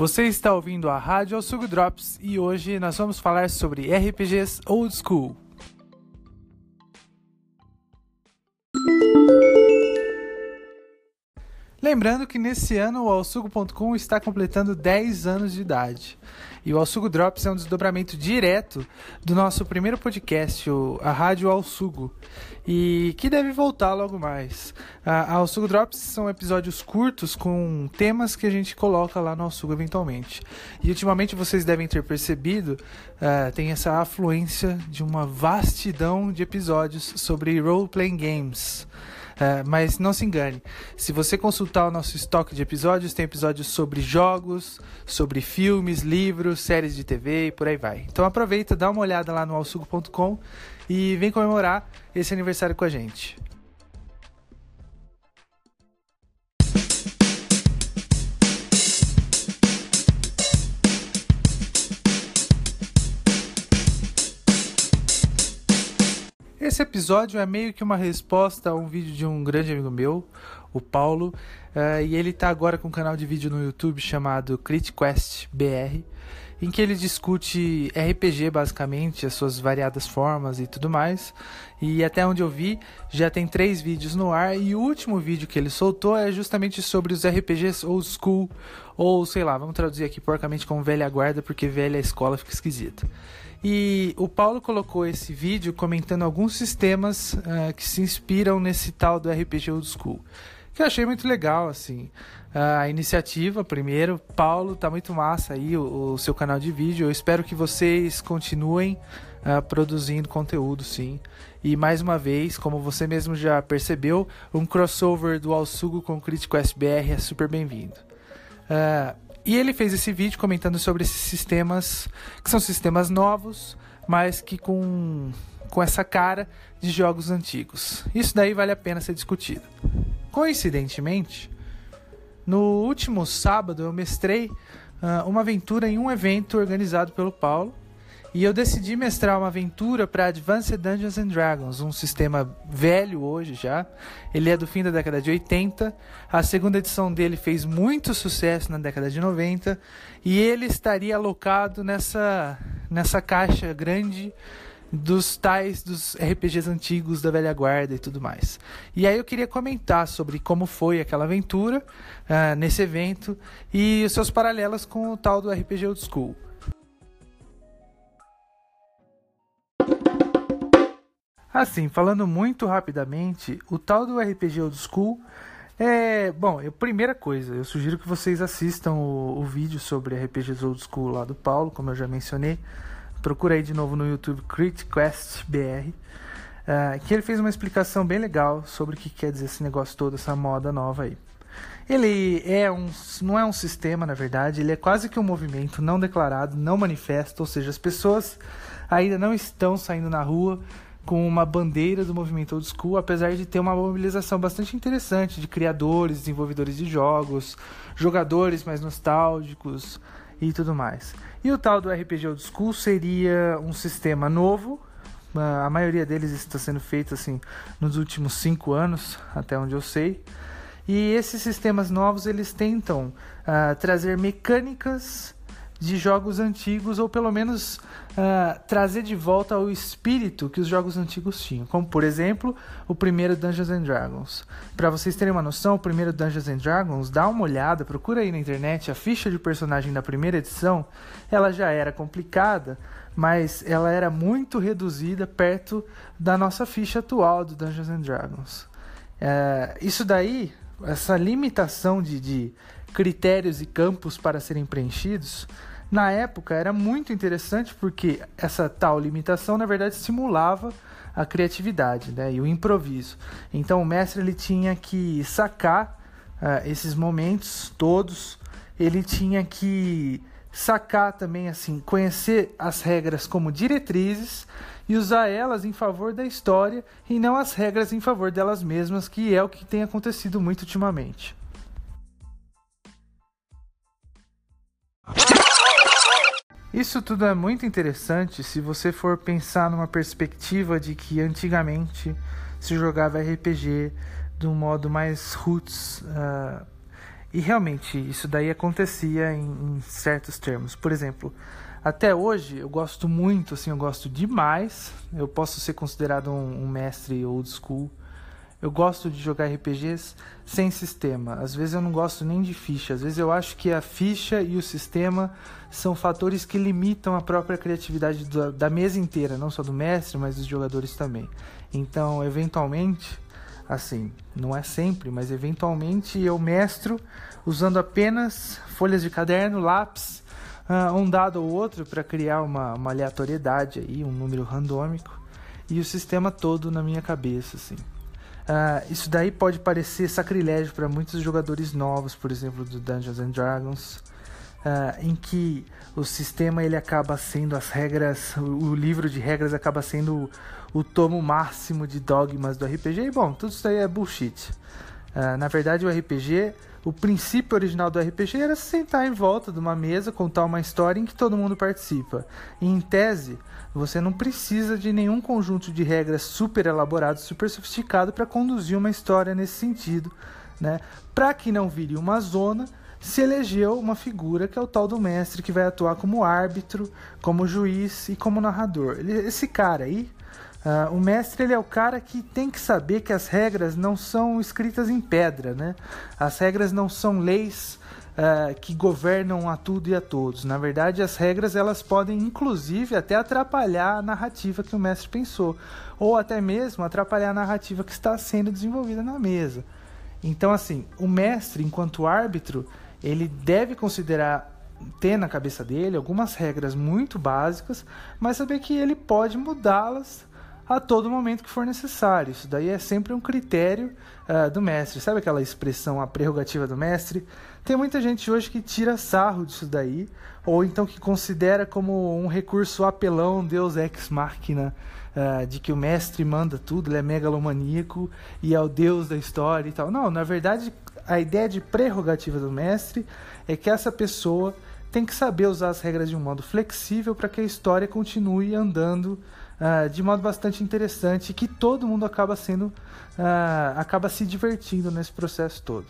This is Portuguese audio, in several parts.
Você está ouvindo a Rádio Alsugo Drops e hoje nós vamos falar sobre RPGs Old School. Lembrando que nesse ano o Alsugo.com está completando 10 anos de idade. E o Alsugo Drops é um desdobramento direto do nosso primeiro podcast, a Rádio Alsugo, e que deve voltar logo mais. A Alsugo Drops são episódios curtos com temas que a gente coloca lá no Alsugo eventualmente. E ultimamente vocês devem ter percebido, tem essa afluência de uma vastidão de episódios sobre role-playing games. Mas não se engane, se você consultar o nosso estoque de episódios, tem episódios sobre jogos, sobre filmes, livros, séries de TV e por aí vai. Então aproveita, dá uma olhada lá no alsugo.com e vem comemorar esse aniversário com a gente. Esse episódio é meio que uma resposta a um vídeo de um grande amigo meu, o Paulo, e ele está agora com um canal de vídeo no YouTube chamado CritQuest BR, em que ele discute RPG basicamente, as suas variadas formas e tudo mais, e até onde eu vi já tem 3 vídeos no ar, e o último vídeo que ele soltou é justamente sobre os RPGs Old School, ou sei lá, vamos traduzir aqui porcamente como velha guarda, porque velha escola fica esquisito. E o Paulo colocou esse vídeo comentando alguns sistemas que se inspiram nesse tal do RPG Old School, que eu achei muito legal, assim. A iniciativa, primeiro, Paulo, tá muito massa aí o seu canal de vídeo. Eu espero que vocês continuem produzindo conteúdo, sim. E mais uma vez, como você mesmo já percebeu, um crossover do Alsugo com o CritQuest BR é super bem-vindo. E ele fez esse vídeo comentando sobre esses sistemas, que são sistemas novos, mas que com essa cara de jogos antigos. Isso daí vale a pena ser discutido. Coincidentemente, no último sábado eu mestrei uma aventura em um evento organizado pelo Paulo, e eu decidi mestrar uma aventura para Advanced Dungeons and Dragons, um sistema velho hoje já. Ele é do fim da década de 80, a segunda edição dele fez muito sucesso na década de 90, e ele estaria alocado nessa caixa grande dos RPGs antigos da velha guarda e tudo mais. E aí eu queria comentar sobre como foi aquela aventura nesse evento e os seus paralelos com o tal do RPG Old School. Assim, falando muito rapidamente, o tal do RPG Old School primeira coisa, eu sugiro que vocês assistam o vídeo sobre RPGs Old School lá do Paulo, como eu já mencionei. Procura aí de novo no YouTube CritQuest BR, que ele fez uma explicação bem legal sobre o que quer dizer esse negócio todo, essa moda nova aí. Ele não é um sistema, na verdade, ele é quase que um movimento não declarado, não manifesto, ou seja, as pessoas ainda não estão saindo na rua com uma bandeira do movimento Old School, apesar de ter uma mobilização bastante interessante de criadores, desenvolvedores de jogos, jogadores mais nostálgicos e tudo mais. E o tal do RPG Old School seria um sistema novo, a maioria deles está sendo feito assim, nos últimos 5 anos, até onde eu sei, e esses sistemas novos eles tentam trazer mecânicas de jogos antigos, ou pelo menos trazer de volta o espírito que os jogos antigos tinham, como por exemplo o primeiro Dungeons and Dragons. Para vocês terem uma noção, o primeiro Dungeons and Dragons, dá uma olhada, procura aí na internet, a ficha de personagem da primeira edição, ela já era complicada, mas ela era muito reduzida perto da nossa ficha atual do Dungeons and Dragons. Isso daí, essa limitação de critérios e campos para serem preenchidos, na época era muito interessante, porque essa tal limitação na verdade estimulava a criatividade, né, e o improviso. Então o mestre ele tinha que sacar esses momentos todos, ele tinha que sacar também, assim, conhecer as regras como diretrizes e usar elas em favor da história e não as regras em favor delas mesmas, que é o que tem acontecido muito ultimamente. Isso tudo é muito interessante se você for pensar numa perspectiva de que antigamente se jogava RPG de um modo mais roots, E realmente, isso daí acontecia em certos termos. Por exemplo, até hoje eu gosto muito, assim, eu gosto demais. Eu posso ser considerado um mestre old school. Eu gosto de jogar RPGs sem sistema. Às vezes eu não gosto nem de ficha. Às vezes eu acho que a ficha e o sistema são fatores que limitam a própria criatividade da mesa inteira, não só do mestre, mas dos jogadores também. Então, eventualmente, assim, não é sempre, mas eventualmente eu mestro usando apenas folhas de caderno, lápis, um dado ou outro para criar uma aleatoriedade aí, um número randômico, e o sistema todo na minha cabeça, assim. Isso daí pode parecer sacrilégio para muitos jogadores novos, por exemplo, do Dungeons and Dragons, em que o sistema ele acaba sendo as regras, o livro de regras acaba sendo o tomo máximo de dogmas do RPG, e bom, tudo isso aí é bullshit. Na verdade, o RPG, o princípio original do RPG era sentar em volta de uma mesa, contar uma história em que todo mundo participa. E, em tese, você não precisa de nenhum conjunto de regras super elaborado, super sofisticado para conduzir uma história nesse sentido, né? Para que não vire uma zona, se elegeu uma figura que é o tal do mestre, que vai atuar como árbitro, como juiz e como narrador. Esse cara aí, o mestre, ele é o cara que tem que saber que as regras não são escritas em pedra, né? As regras não são leis que governam a tudo e a todos. Na verdade, as regras elas podem, inclusive, até atrapalhar a narrativa que o mestre pensou, ou até mesmo atrapalhar a narrativa que está sendo desenvolvida na mesa. Então, assim, o mestre, enquanto árbitro, ele deve ter na cabeça dele algumas regras muito básicas, mas saber que ele pode mudá-las a todo momento que for necessário. Isso daí é sempre um critério do mestre. Sabe aquela expressão, a prerrogativa do mestre? Tem muita gente hoje que tira sarro disso daí, ou então que considera como um recurso apelão, Deus ex machina, de que o mestre manda tudo, ele é megalomaníaco e é o Deus da história e tal. Não, na verdade, a ideia de prerrogativa do mestre é que essa pessoa tem que saber usar as regras de um modo flexível para que a história continue andando de modo bastante interessante e que todo mundo acaba se divertindo nesse processo todo.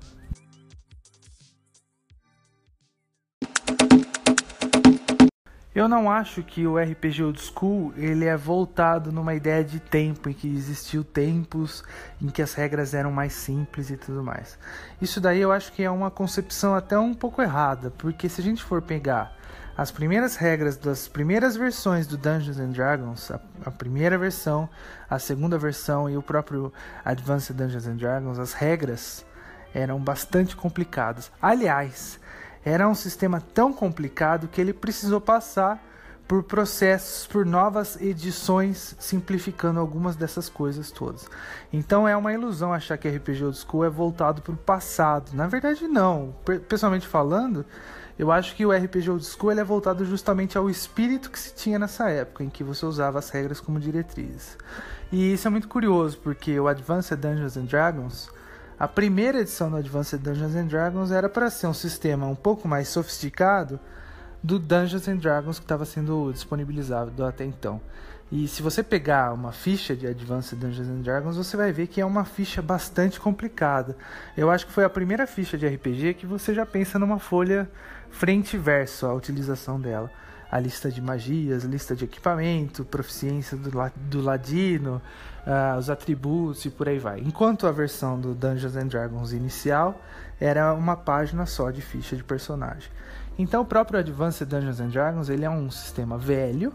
Eu não acho que o RPG Old School ele é voltado numa ideia de tempo, em que existiu tempos em que as regras eram mais simples e tudo mais. Isso daí eu acho que é uma concepção até um pouco errada, porque se a gente for pegar as primeiras regras das primeiras versões do Dungeons and Dragons, a primeira versão, a segunda versão e o próprio Advanced Dungeons and Dragons, as regras eram bastante complicadas. Aliás, era um sistema tão complicado que ele precisou passar por processos, por novas edições, simplificando algumas dessas coisas todas. Então é uma ilusão achar que RPG Old School é voltado para o passado. Na verdade, não. Pessoalmente falando, eu acho que o RPG Old School ele é voltado justamente ao espírito que se tinha nessa época, em que você usava as regras como diretrizes. E isso é muito curioso, porque o Advanced Dungeons and Dragons, a primeira edição do Advanced Dungeons and Dragons era para ser um sistema um pouco mais sofisticado do Dungeons and Dragons que estava sendo disponibilizado até então. E se você pegar uma ficha de Advanced Dungeons and Dragons, você vai ver que é uma ficha bastante complicada. Eu acho que foi a primeira ficha de RPG que você já pensa numa folha frente e verso, a utilização dela. A lista de magias, lista de equipamento, proficiência do ladino, os atributos e por aí vai. Enquanto a versão do Dungeons and Dragons inicial era uma página só de ficha de personagem. Então o próprio Advanced Dungeons and Dragons ele é um sistema velho,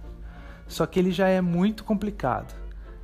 só que ele já é muito complicado.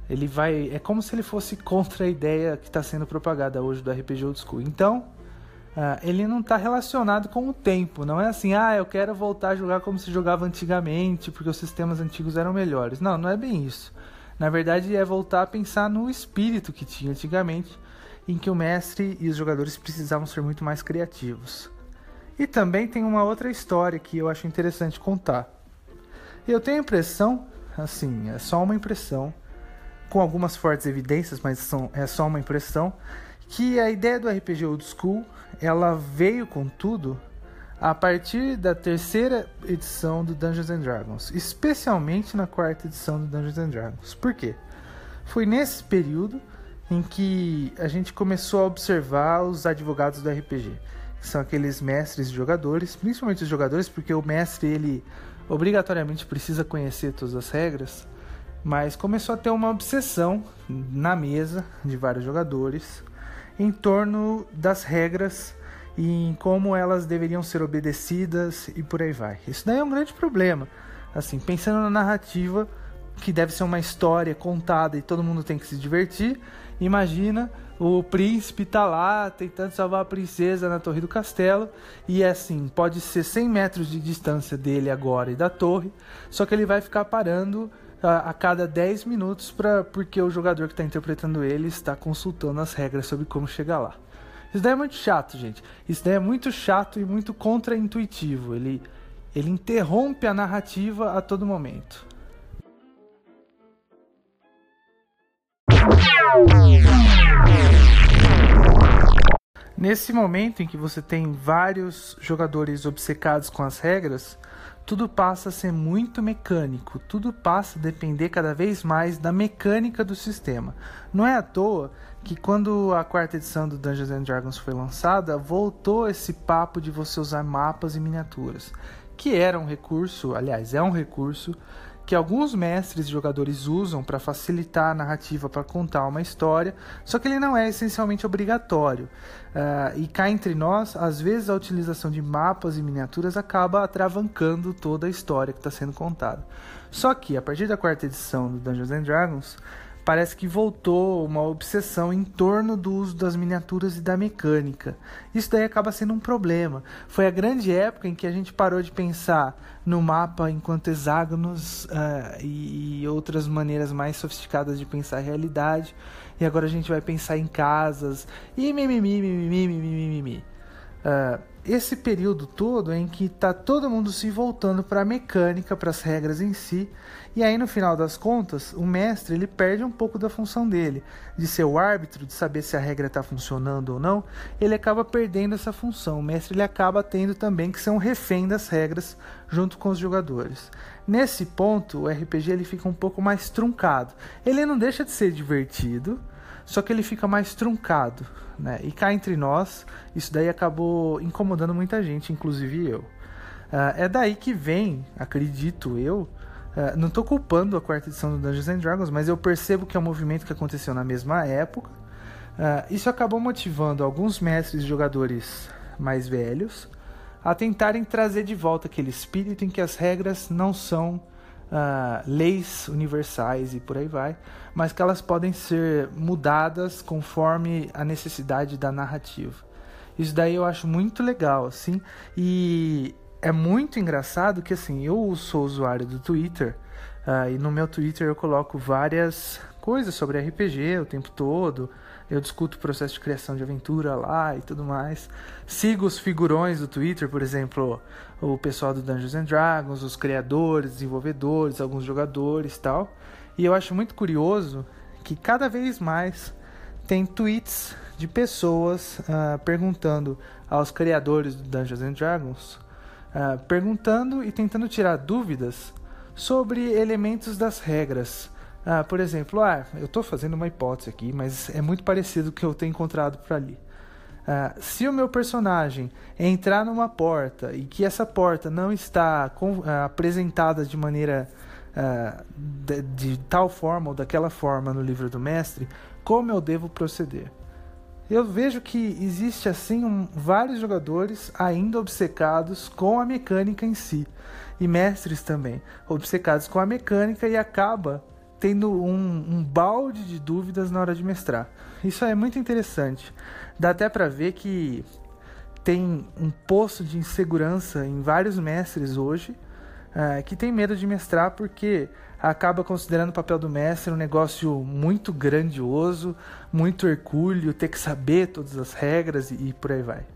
É como se ele fosse contra a ideia que está sendo propagada hoje do RPG Old School. Então ele não está relacionado com o tempo. Não é assim, eu quero voltar a jogar como se jogava antigamente, porque os sistemas antigos eram melhores. Não, não é bem isso. Na verdade, é voltar a pensar no espírito que tinha antigamente, em que o mestre e os jogadores precisavam ser muito mais criativos. E também tem uma outra história que eu acho interessante contar. Eu tenho a impressão, assim, é só uma impressão, com algumas fortes evidências, mas é só uma impressão, que a ideia do RPG Old School ela veio com tudo a partir da terceira edição do Dungeons and Dragons, especialmente na quarta edição do Dungeons and Dragons. Por quê? Foi nesse período em que a gente começou a observar os advogados do RPG, que são aqueles mestres e jogadores, principalmente os jogadores, porque o mestre ele obrigatoriamente precisa conhecer todas as regras, mas começou a ter uma obsessão na mesa de vários jogadores em torno das regras e em como elas deveriam ser obedecidas e por aí vai. Isso daí é um grande problema. Assim, pensando na narrativa, que deve ser uma história contada e todo mundo tem que se divertir, imagina o príncipe tá lá tentando salvar a princesa na torre do castelo e assim, pode ser 100 metros de distância dele agora e da torre, só que ele vai ficar parando a cada 10 minutos porque o jogador que está interpretando ele está consultando as regras sobre como chegar lá. Isso daí é muito chato, gente. Isso daí é muito chato e muito contra-intuitivo. Ele interrompe a narrativa a todo momento. Nesse momento em que você tem vários jogadores obcecados com as regras, tudo passa a ser muito mecânico, tudo passa a depender cada vez mais da mecânica do sistema. Não é à toa que quando a quarta edição do Dungeons & Dragons foi lançada, voltou esse papo de você usar mapas e miniaturas, que era um recurso, aliás, é um recurso que alguns mestres e jogadores usam para facilitar a narrativa, para contar uma história, só que ele não é essencialmente obrigatório. E cá entre nós, às vezes a utilização de mapas e miniaturas acaba atravancando toda a história que está sendo contada. Só que, a partir da quarta edição do Dungeons & Dragons, parece que voltou uma obsessão em torno do uso das miniaturas e da mecânica. Isso daí acaba sendo um problema. Foi a grande época em que a gente parou de pensar no mapa enquanto hexágonos e outras maneiras mais sofisticadas de pensar a realidade. E agora a gente vai pensar em casas e mimimi. Esse período todo em que está todo mundo se voltando para a mecânica, para as regras em si, e aí no final das contas o mestre ele perde um pouco da função dele, de ser o árbitro, de saber se a regra está funcionando ou não. Ele acaba perdendo essa função. O mestre ele acaba tendo também que ser um refém das regras junto com os jogadores. Nesse ponto o RPG ele fica um pouco mais truncado. Ele não deixa de ser divertido, só que ele fica mais truncado, né? E cá entre nós, isso daí acabou incomodando muita gente, inclusive eu. É daí que vem, acredito eu, não estou culpando a quarta edição do Dungeons & Dragons, mas eu percebo que é um movimento que aconteceu na mesma época. Isso acabou motivando alguns mestres e jogadores mais velhos a tentarem trazer de volta aquele espírito em que as regras não são leis universais e por aí vai, mas que elas podem ser mudadas conforme a necessidade da narrativa. Isso daí eu acho muito legal, assim, e é muito engraçado que, assim, eu sou usuário do Twitter, e no meu Twitter eu coloco várias coisas sobre RPG o tempo todo. Eu discuto o processo de criação de aventura lá e tudo mais. Sigo os figurões do Twitter, por exemplo, o pessoal do Dungeons & Dragons, os criadores, desenvolvedores, alguns jogadores e tal. E eu acho muito curioso que cada vez mais tem tweets de pessoas perguntando aos criadores do Dungeons & Dragons, perguntando e tentando tirar dúvidas sobre elementos das regras. Por exemplo, eu estou fazendo uma hipótese aqui, mas é muito parecido com o que eu tenho encontrado por ali. Se o meu personagem entrar numa porta e que essa porta não está apresentada de maneira de tal forma ou daquela forma no livro do mestre, como eu devo proceder? Eu vejo que existe assim vários jogadores ainda obcecados com a mecânica em si, e mestres também obcecados com a mecânica, e acaba tendo um balde de dúvidas na hora de mestrar. Isso é muito interessante. Dá até para ver que tem um poço de insegurança em vários mestres hoje, que tem medo de mestrar porque acaba considerando o papel do mestre um negócio muito grandioso, muito hercúleo, ter que saber todas as regras e por aí vai.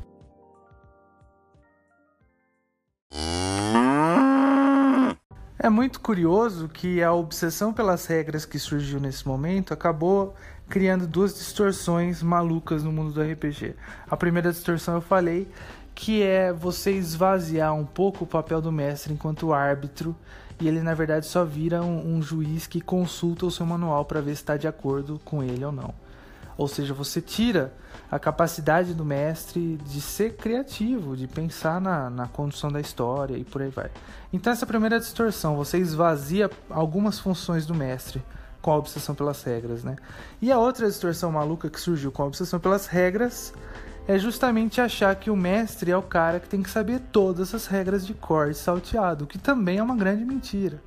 É muito curioso que a obsessão pelas regras que surgiu nesse momento acabou criando duas distorções malucas no mundo do RPG. A primeira distorção eu falei, que é você esvaziar um pouco o papel do mestre enquanto árbitro, e ele na verdade só vira um juiz que consulta o seu manual para ver se está de acordo com ele ou não. Ou seja, você tira a capacidade do mestre de ser criativo, de pensar na condução da história e por aí vai. Então essa primeira distorção, você esvazia algumas funções do mestre com a obsessão pelas regras, né? E a outra distorção maluca que surgiu com a obsessão pelas regras é justamente achar que o mestre é o cara que tem que saber todas as regras de cor salteado, o que também é uma grande mentira.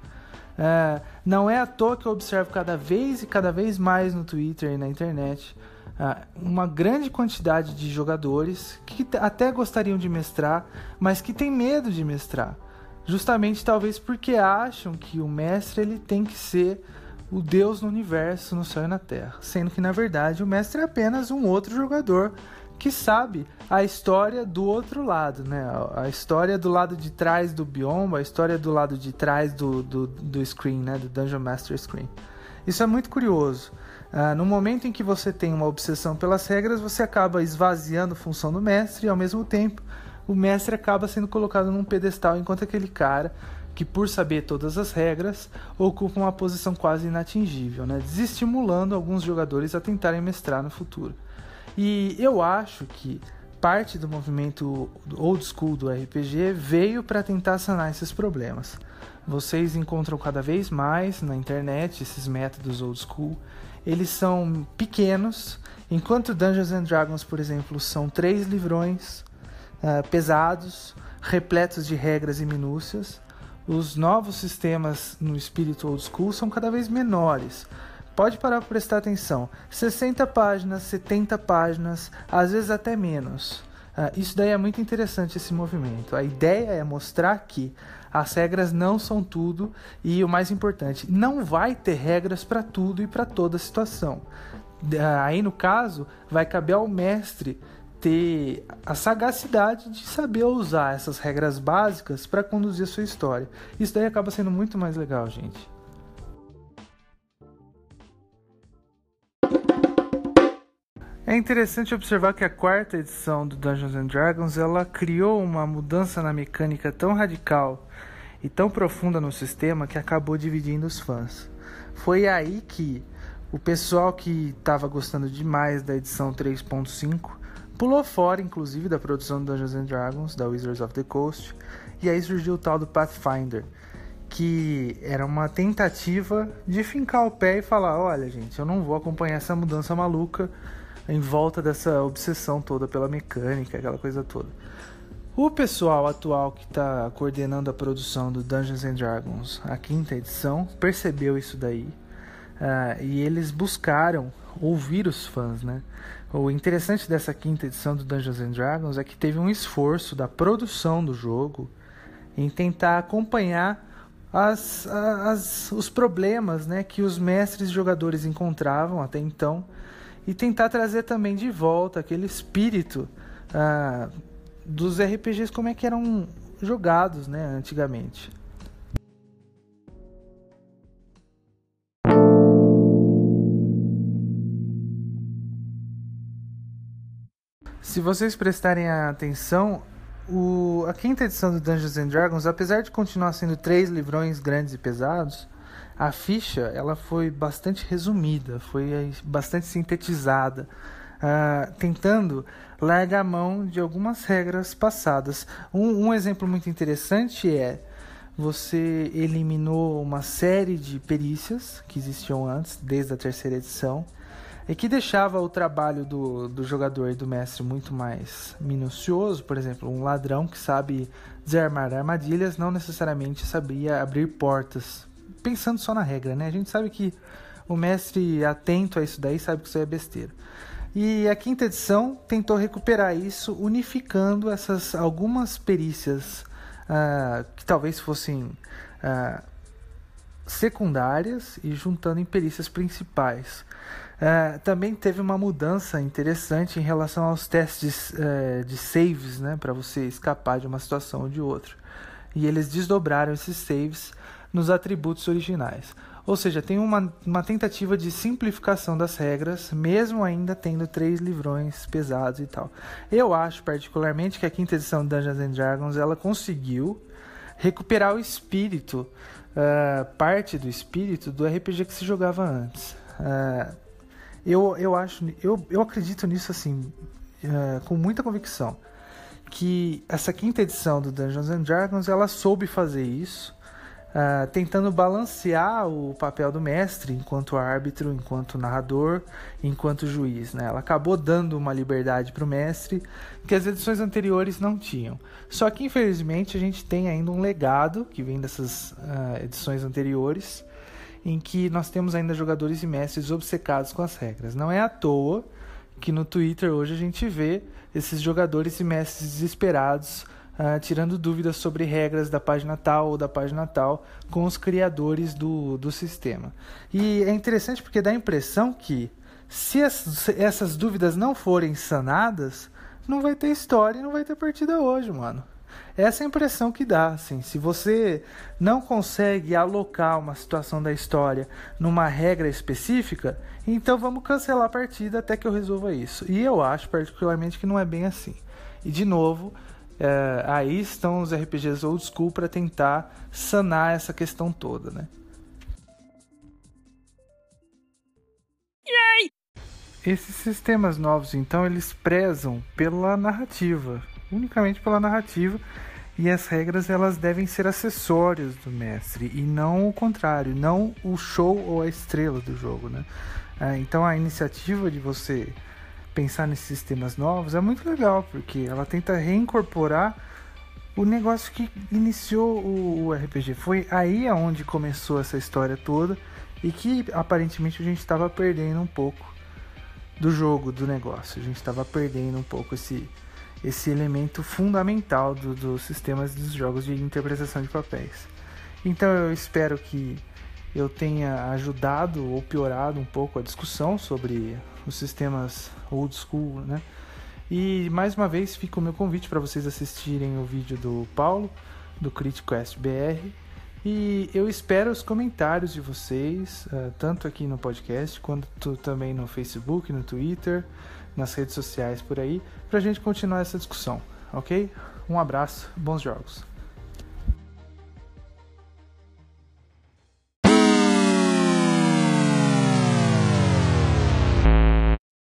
Não é à toa que eu observo cada vez mais no Twitter e na internet uma grande quantidade de jogadores que até gostariam de mestrar, mas que tem medo de mestrar. Justamente talvez porque acham que o mestre ele tem que ser o Deus no universo, no céu e na terra. Sendo que na verdade o mestre é apenas um outro jogador que sabe a história do outro lado, né? A história do lado de trás do bioma, a história do lado de trás do screen, né? Do Dungeon Master Screen. Isso é muito curioso. No momento em que você tem uma obsessão pelas regras, você acaba esvaziando a função do mestre e ao mesmo tempo o mestre acaba sendo colocado num pedestal, enquanto aquele cara que, por saber todas as regras, ocupa uma posição quase inatingível, né? Desestimulando alguns jogadores a tentarem mestrar no futuro. E eu acho que parte do movimento old school do RPG veio para tentar sanar esses problemas. Vocês encontram cada vez mais na internet esses métodos old school. Eles são pequenos, enquanto Dungeons and Dragons, por exemplo, são 3 livrões pesados, repletos de regras e minúcias. Os novos sistemas no espírito old school são cada vez menores. Pode parar para prestar atenção. 60 páginas, 70 páginas, às vezes até menos. Isso daí é muito interessante, esse movimento. A ideia é mostrar que as regras não são tudo e, o mais importante, não vai ter regras para tudo e para toda situação. Aí, no caso, vai caber ao mestre ter a sagacidade de saber usar essas regras básicas para conduzir a sua história. Isso daí acaba sendo muito mais legal, gente. É interessante observar que a 4ª edição do Dungeons and Dragons ela criou uma mudança na mecânica tão radical e tão profunda no sistema que acabou dividindo os fãs. Foi aí que o pessoal que estava gostando demais da edição 3.5 pulou fora, inclusive, da produção do Dungeons and Dragons, da Wizards of the Coast, e aí surgiu o tal do Pathfinder, que era uma tentativa de fincar o pé e falar: olha, gente, eu não vou acompanhar essa mudança maluca em volta dessa obsessão toda pela mecânica, aquela coisa toda. O pessoal atual que está coordenando a produção do Dungeons and Dragons, a 5ª edição, percebeu isso daí, e eles buscaram ouvir os fãs, né? O interessante dessa 5ª edição do Dungeons and Dragons é que teve um esforço da produção do jogo em tentar acompanhar os problemas, né, que os mestres e jogadores encontravam até então, e tentar trazer também de volta aquele espírito dos RPGs como é que eram jogados, né, antigamente. Se vocês prestarem atenção, a 5ª edição do Dungeons and Dragons, apesar de continuar sendo 3 livrões grandes e pesados, a ficha ela foi bastante resumida, foi bastante sintetizada, tentando largar a mão de algumas regras passadas. Um exemplo muito interessante é: você eliminou uma série de perícias que existiam antes, desde a 3ª edição, e que deixava o trabalho do jogador e do mestre muito mais minucioso. Por exemplo, um ladrão que sabe desarmar armadilhas não necessariamente sabia abrir portas, pensando só na regra, né? A gente sabe que o mestre atento a isso daí sabe que isso é besteira. E a 5ª edição tentou recuperar isso, unificando essas algumas perícias que talvez fossem secundárias e juntando em perícias principais. Também teve uma mudança interessante em relação aos testes de saves, né, para você escapar de uma situação ou de outra. E eles desdobraram esses saves nos atributos originais. Ou seja, tem uma tentativa de simplificação das regras, mesmo ainda tendo 3 livrões pesados e tal. Eu acho particularmente que a 5ª edição de Dungeons and Dragons ela conseguiu recuperar o espírito, parte do espírito do RPG que se jogava antes. Eu acredito nisso assim, com muita convicção, que essa quinta edição do Dungeons and Dragons, ela soube fazer isso, tentando balancear o papel do mestre enquanto árbitro, enquanto narrador, enquanto juiz, né? Ela acabou dando uma liberdade para o mestre que as edições anteriores não tinham. Só que infelizmente a gente tem ainda um legado que vem dessas edições anteriores, em que nós temos ainda jogadores e mestres obcecados com as regras. Não é à toa que no Twitter hoje a gente vê esses jogadores e mestres desesperados tirando dúvidas sobre regras da página tal ou da página tal com os criadores do sistema. E é interessante porque dá a impressão que se essas dúvidas não forem sanadas, não vai ter história e não vai ter partida hoje, mano. Essa é a impressão que dá, assim. Se você não consegue alocar uma situação da história numa regra específica, então vamos cancelar a partida até que eu resolva isso. E eu acho particularmente que não é bem assim. E de novo, aí estão os RPGs old school para tentar sanar essa questão toda, né? Yay! Esses sistemas novos, então, eles prezam pela narrativa, unicamente pela narrativa, e as regras elas devem ser acessórios do mestre e não o contrário, não o show ou a estrela do jogo, né? Então a iniciativa de você pensar nesses sistemas novos é muito legal, porque ela tenta reincorporar o negócio que iniciou o RPG. Foi aí aonde começou essa história toda e que aparentemente a gente estava perdendo um pouco do jogo, do negócio. A gente estava perdendo um pouco esse elemento fundamental dos sistemas dos jogos de interpretação de papéis. Então eu espero que eu tenha ajudado ou piorado um pouco a discussão sobre os sistemas old school, né? E mais uma vez fica o meu convite para vocês assistirem o vídeo do Paulo, do CritiCast BR, e eu espero os comentários de vocês, tanto aqui no podcast, quanto também no Facebook, no Twitter, nas redes sociais por aí, pra gente continuar essa discussão, ok? Um abraço, bons jogos.